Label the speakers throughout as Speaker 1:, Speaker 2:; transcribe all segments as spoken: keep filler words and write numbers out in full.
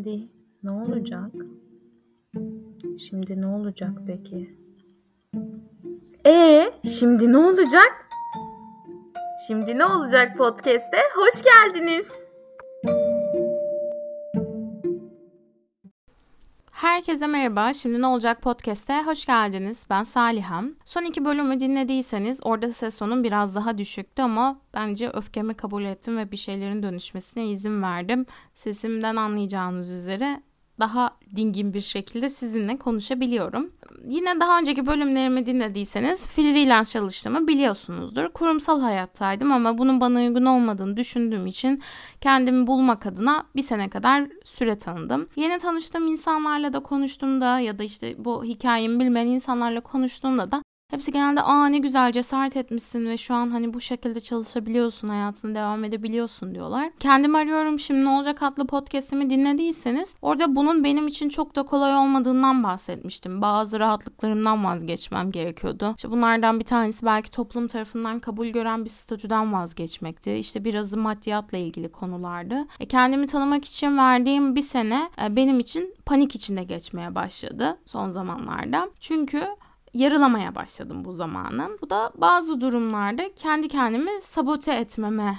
Speaker 1: Şimdi ne olacak? Şimdi ne olacak peki? Ee, şimdi ne olacak? Şimdi ne olacak podcast'e? Hoş geldiniz.
Speaker 2: Herkese merhaba. Şimdi ne olacak podcast'e hoş geldiniz. Ben Saliham. Son iki bölümü dinlediyseniz orada ses tonum biraz daha düşüktü ama bence öfkemi kabul ettim ve bir şeylerin dönüşmesine izin verdim. Sesimden anlayacağınız üzere daha dingin bir şekilde sizinle konuşabiliyorum. Yine daha önceki bölümlerimi dinlediyseniz freelance çalıştığımı biliyorsunuzdur. Kurumsal hayattaydım ama bunun bana uygun olmadığını düşündüğüm için kendimi bulmak adına bir sene kadar süre tanıdım. Yeni tanıştığım insanlarla da konuştuğumda ya da işte bu hikayemi bilmeyen insanlarla konuştuğumda da hepsi genelde aa ne güzel cesaret etmişsin ve şu an hani bu şekilde çalışabiliyorsun, hayatına devam edebiliyorsun diyorlar. Kendimi arıyorum şimdi ne olacak adlı podcast'imi dinlediyseniz orada bunun benim için çok da kolay olmadığından bahsetmiştim. Bazı rahatlıklarımdan vazgeçmem gerekiyordu. İşte bunlardan bir tanesi belki toplum tarafından kabul gören bir statüden vazgeçmekti. İşte birazı maddiyatla ilgili konulardı. E, kendimi tanımak için verdiğim bir sene e, benim için panik içinde geçmeye başladı son zamanlarda. Çünkü yarılamaya başladım bu zamanı. Bu da bazı durumlarda kendi kendimi sabote etmeme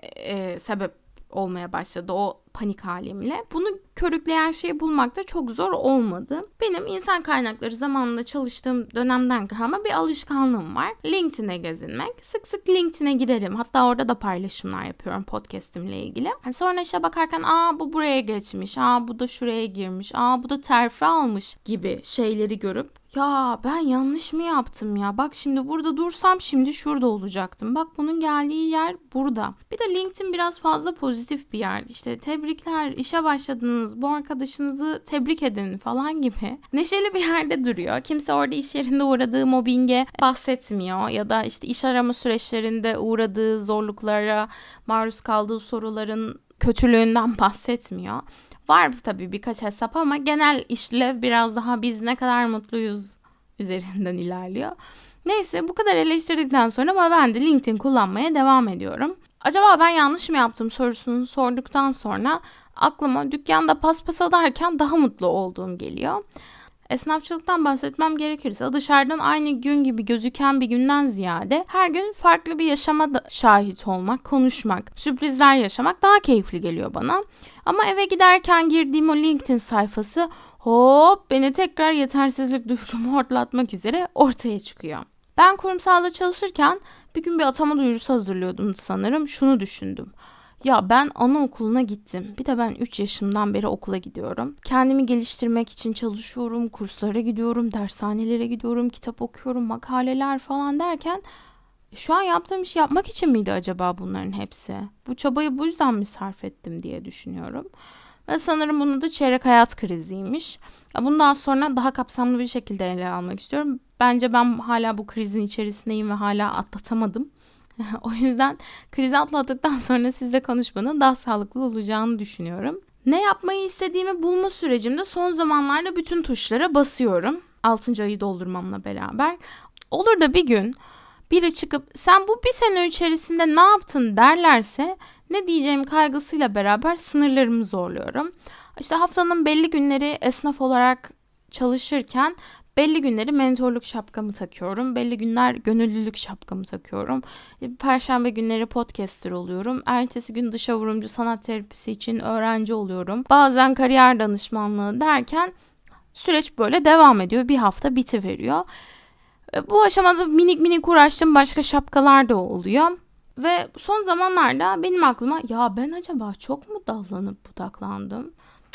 Speaker 2: e, sebep olmaya başladı o panik halimle. Bunu körükleyen şeyi bulmak da çok zor olmadı. Benim insan kaynakları zamanında çalıştığım dönemden kalma bir alışkanlığım var. LinkedIn'e gezinmek. Sık sık LinkedIn'e girerim. Hatta orada da paylaşımlar yapıyorum podcast'imle ilgili. Sonra işte bakarken aa bu buraya geçmiş, aa bu da şuraya girmiş, aa bu da terfi almış gibi şeyleri görüp ya ben yanlış mı yaptım ya? Bak şimdi burada dursam şimdi şurada olacaktım. Bak bunun geldiği yer burada. Bir de LinkedIn biraz fazla pozitif bir yer. İşte tebrikler, işe başladınız, bu arkadaşınızı tebrik edin falan gibi. Neşeli bir yerde duruyor. Kimse orada iş yerinde uğradığı mobbinge bahsetmiyor. Ya da işte iş arama süreçlerinde uğradığı zorluklara, maruz kaldığı soruların kötülüğünden bahsetmiyor. Var tabii birkaç hesap ama genel işlev biraz daha biz ne kadar mutluyuz üzerinden ilerliyor. Neyse bu kadar eleştirdikten sonra ama ben de LinkedIn kullanmaya devam ediyorum. Acaba ben yanlış mı yaptım sorusunu sorduktan sonra aklıma dükkanda paspas adarken daha mutlu olduğum geliyor. Esnafçılıktan bahsetmem gerekirse dışarıdan aynı gün gibi gözüken bir günden ziyade her gün farklı bir yaşama da şahit olmak, konuşmak, sürprizler yaşamak daha keyifli geliyor bana. Ama eve giderken girdiğim o LinkedIn sayfası hop beni tekrar yetersizlik duygumu hortlatmak üzere ortaya çıkıyor. Ben kurumsalda çalışırken bir gün bir atama duyurusu hazırlıyordum sanırım. Şunu düşündüm. Ya ben anaokuluna gittim. Bir de ben üç yaşımdan beri okula gidiyorum. Kendimi geliştirmek için çalışıyorum, kurslara gidiyorum, dershanelere gidiyorum, kitap okuyorum, makaleler falan derken şu an yaptığım işi yapmak için miydi acaba bunların hepsi? Bu çabayı bu yüzden mi sarf ettim diye düşünüyorum. Ve sanırım bunu da çeyrek hayat kriziymiş. Bundan sonra daha kapsamlı bir şekilde ele almak istiyorum. Bence ben hala bu krizin içerisindeyim ve hala atlatamadım. O yüzden krizi atlattıktan sonra sizle konuşmanın daha sağlıklı olacağını düşünüyorum. Ne yapmayı istediğimi bulma sürecimde son zamanlarda bütün tuşlara basıyorum. altıncı ayı doldurmamla beraber. Olur da bir gün biri çıkıp sen bu bir sene içerisinde ne yaptın derlerse ne diyeceğim kaygısıyla beraber sınırlarımı zorluyorum. İşte haftanın belli günleri esnaf olarak çalışırken belli günleri mentorluk şapkamı takıyorum. Belli günler gönüllülük şapkamı takıyorum. Perşembe günleri podcaster oluyorum. Ertesi gün dışavurumcu sanat terapisi için öğrenci oluyorum. Bazen kariyer danışmanlığı derken süreç böyle devam ediyor. Bir hafta bitiveriyor. Bu aşamada minik minik uğraştığım başka şapkalar da oluyor. Ve son zamanlarda benim aklıma ya ben acaba çok mu dallanıp budaklandım?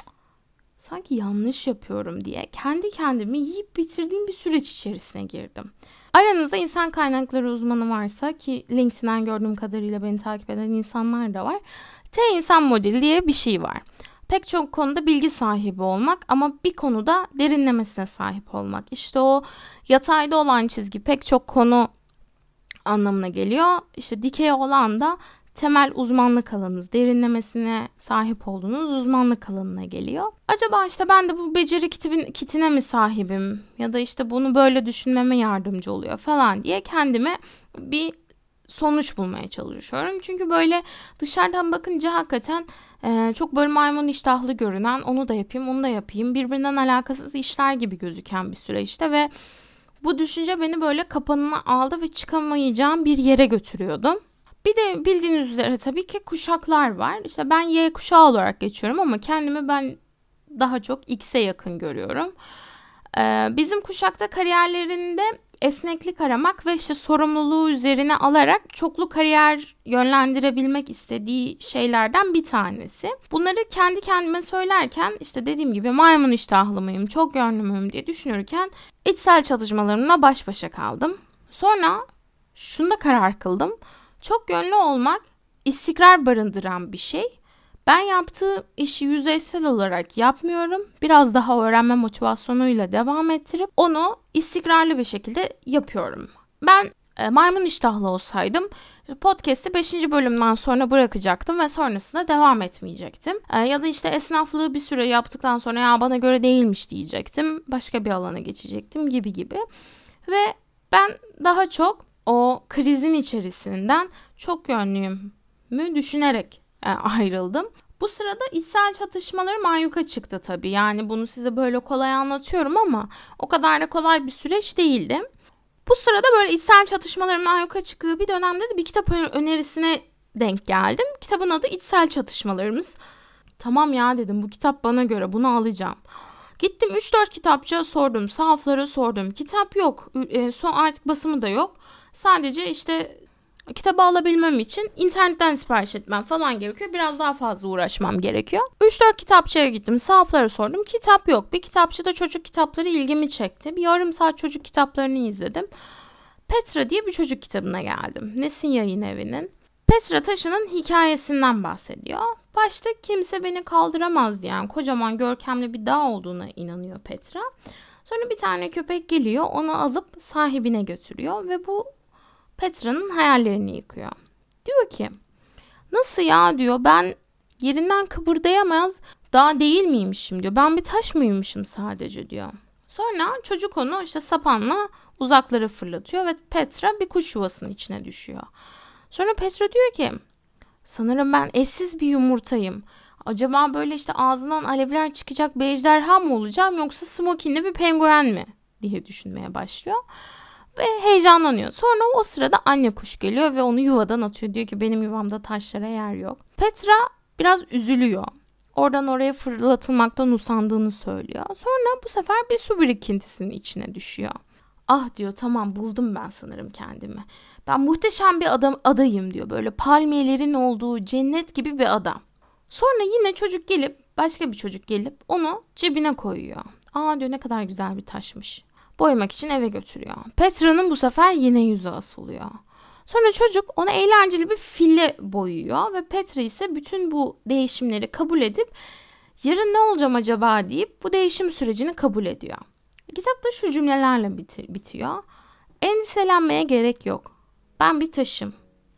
Speaker 2: Sanki yanlış yapıyorum diye kendi kendimi yiyip bitirdiğim bir süreç içerisine girdim. Aranızda insan kaynakları uzmanı varsa ki LinkedIn'den gördüğüm kadarıyla beni takip eden insanlar da var. T insan modeli diye bir şey var. Pek çok konuda bilgi sahibi olmak ama bir konuda derinlemesine sahip olmak. İşte o yatayda olan çizgi pek çok konu anlamına geliyor. İşte dikey olan da temel uzmanlık alanınız, derinlemesine sahip olduğunuz uzmanlık alanına geliyor. Acaba işte ben de bu beceri kitibin, kitine mi sahibim ya da işte bunu böyle düşünmeme yardımcı oluyor falan diye kendime bir sonuç bulmaya çalışıyorum. Çünkü böyle dışarıdan bakınca hakikaten e, çok böyle maymun iştahlı görünen, onu da yapayım, onu da yapayım, birbirinden alakasız işler gibi gözüken bir süreçte ve bu düşünce beni böyle kapanına aldı ve çıkamayacağım bir yere götürüyordu. Bir de bildiğiniz üzere tabii ki kuşaklar var. İşte ben Y kuşağı olarak geçiyorum ama kendimi ben daha çok X'e yakın görüyorum. Ee, bizim kuşakta kariyerlerinde esneklik aramak ve işte sorumluluğu üzerine alarak çoklu kariyer yönlendirebilmek istediği şeylerden bir tanesi. Bunları kendi kendime söylerken işte dediğim gibi maymun iştahlı mıyım, çok yönlü müyüm diye düşünürken içsel çatışmalarımla baş başa kaldım. Sonra şunda karar kıldım. Çok yönlü olmak istikrar barındıran bir şey. Ben yaptığı işi yüzeysel olarak yapmıyorum. Biraz daha öğrenme motivasyonuyla devam ettirip onu istikrarlı bir şekilde yapıyorum. Ben e, maymun iştahlı olsaydım podcast'i beşinci bölümden sonra bırakacaktım ve sonrasında devam etmeyecektim. E, ya da işte esnaflığı bir süre yaptıktan sonra ya bana göre değilmiş diyecektim. Başka bir alana geçecektim gibi gibi. Ve ben daha çok o krizin içerisinden çok yönlüyümü düşünerek e, ayrıldım. Bu sırada içsel çatışmalarım ayyuka çıktı tabii. Yani bunu size böyle kolay anlatıyorum ama o kadar da kolay bir süreç değildi. Bu sırada böyle içsel çatışmalarımın ayyuka çıktığı bir dönemde de bir kitap önerisine denk geldim. Kitabın adı İçsel Çatışmalarımız. Tamam ya dedim, bu kitap bana göre, bunu alacağım. Gittim üç dört kitapçıya sordum, sahaflara sordum. Kitap yok, e, son artık basımı da yok. Sadece işte kitabı alabilmem için internetten sipariş etmem falan gerekiyor. Biraz daha fazla uğraşmam gerekiyor. üç dört kitapçıya gittim. Sahaflara sordum. Kitap yok. Bir kitapçıda çocuk kitapları ilgimi çekti. Bir yarım saat çocuk kitaplarını izledim. Petra diye bir çocuk kitabına geldim. Nesin Yayın Evi'nin. Petra taşının hikayesinden bahsediyor. Başta kimse beni kaldıramaz diyen kocaman görkemli bir dağ olduğuna inanıyor Petra. Sonra bir tane köpek geliyor, onu alıp sahibine götürüyor ve bu Petra'nın hayallerini yıkıyor. Diyor ki, nasıl ya diyor, ben yerinden kıpırdayamaz dağ değil miymişim diyor. Ben bir taş mıymışım sadece diyor. Sonra çocuk onu işte sapanla uzaklara fırlatıyor ve Petra bir kuş yuvasının içine düşüyor. Sonra Petra diyor ki, sanırım ben eşsiz bir yumurtayım. Acaba böyle işte ağzından alevler çıkacak bir ejderha mı olacağım yoksa smokinli bir penguen mi diye düşünmeye başlıyor. Ve heyecanlanıyor. Sonra o sırada anne kuş geliyor ve onu yuvadan atıyor. Diyor ki benim yuvamda taşlara yer yok. Petra biraz üzülüyor. Oradan oraya fırlatılmaktan usandığını söylüyor. Sonra bu sefer bir su birikintisinin içine düşüyor. Ah diyor, tamam buldum ben sanırım kendimi. Ben muhteşem bir adam adayım diyor. Böyle palmiyelerin olduğu cennet gibi bir adam. Sonra yine çocuk gelip başka bir çocuk gelip onu cebine koyuyor. Aa diyor, ne kadar güzel bir taşmış. Boyamak için eve götürüyor. Petra'nın bu sefer yine yüzü asılıyor. Sonra çocuk ona eğlenceli bir fille boyuyor ve Petra ise bütün bu değişimleri kabul edip yarın ne olacağım acaba deyip bu değişim sürecini kabul ediyor. Kitap da şu cümlelerle bit- bitiyor. Endişelenmeye gerek yok. Ben bir taşım.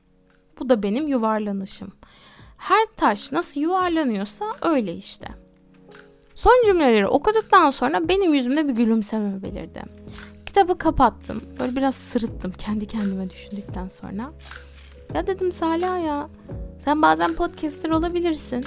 Speaker 2: Bu da benim yuvarlanışım. Her taş nasıl yuvarlanıyorsa öyle işte. Son cümleleri okuduktan sonra benim yüzümde bir gülümseme belirdi. Kitabı kapattım. Böyle biraz sırıttım kendi kendime düşündükten sonra. Ya dedim Salih ya, sen bazen podcaster olabilirsin.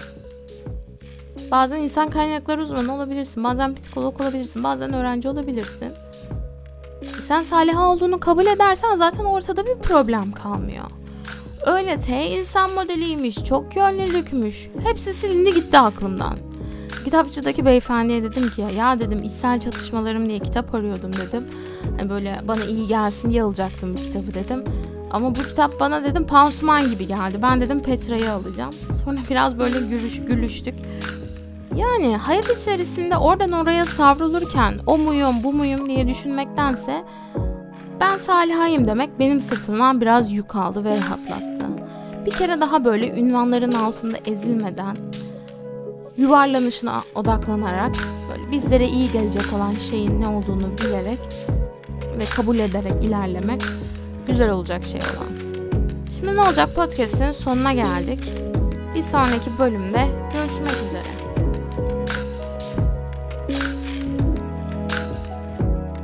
Speaker 2: Bazen insan kaynakları uzmanı olabilirsin. Bazen psikolog olabilirsin. Bazen öğrenci olabilirsin. Sen Saliha olduğunu kabul edersen zaten ortada bir problem kalmıyor. Öyle T insan modeliymiş, çok yönlülükmüş. Hepsi silindi gitti aklımdan. Kitapçıdaki beyefendiye dedim ki ya dedim içsel çatışmalarım diye kitap arıyordum dedim. Yani böyle bana iyi gelsin diye alacaktım bu kitabı dedim. Ama bu kitap bana dedim pansuman gibi geldi. Ben dedim Petra'yı alacağım. Sonra biraz böyle gülüş, gülüştük. Yani hayat içerisinde oradan oraya savrulurken o muyum bu muyum diye düşünmektense ben Saliha'yım demek benim sırtımdan biraz yük aldı ve rahatlattı. Bir kere daha böyle ünvanların altında ezilmeden yuvarlanışına odaklanarak böyle bizlere iyi gelecek olan şeyin ne olduğunu bilerek ve kabul ederek ilerlemek güzel olacak şey olan. Şimdi ne olacak podcast'in sonuna geldik. Bir sonraki bölümde görüşmek üzere.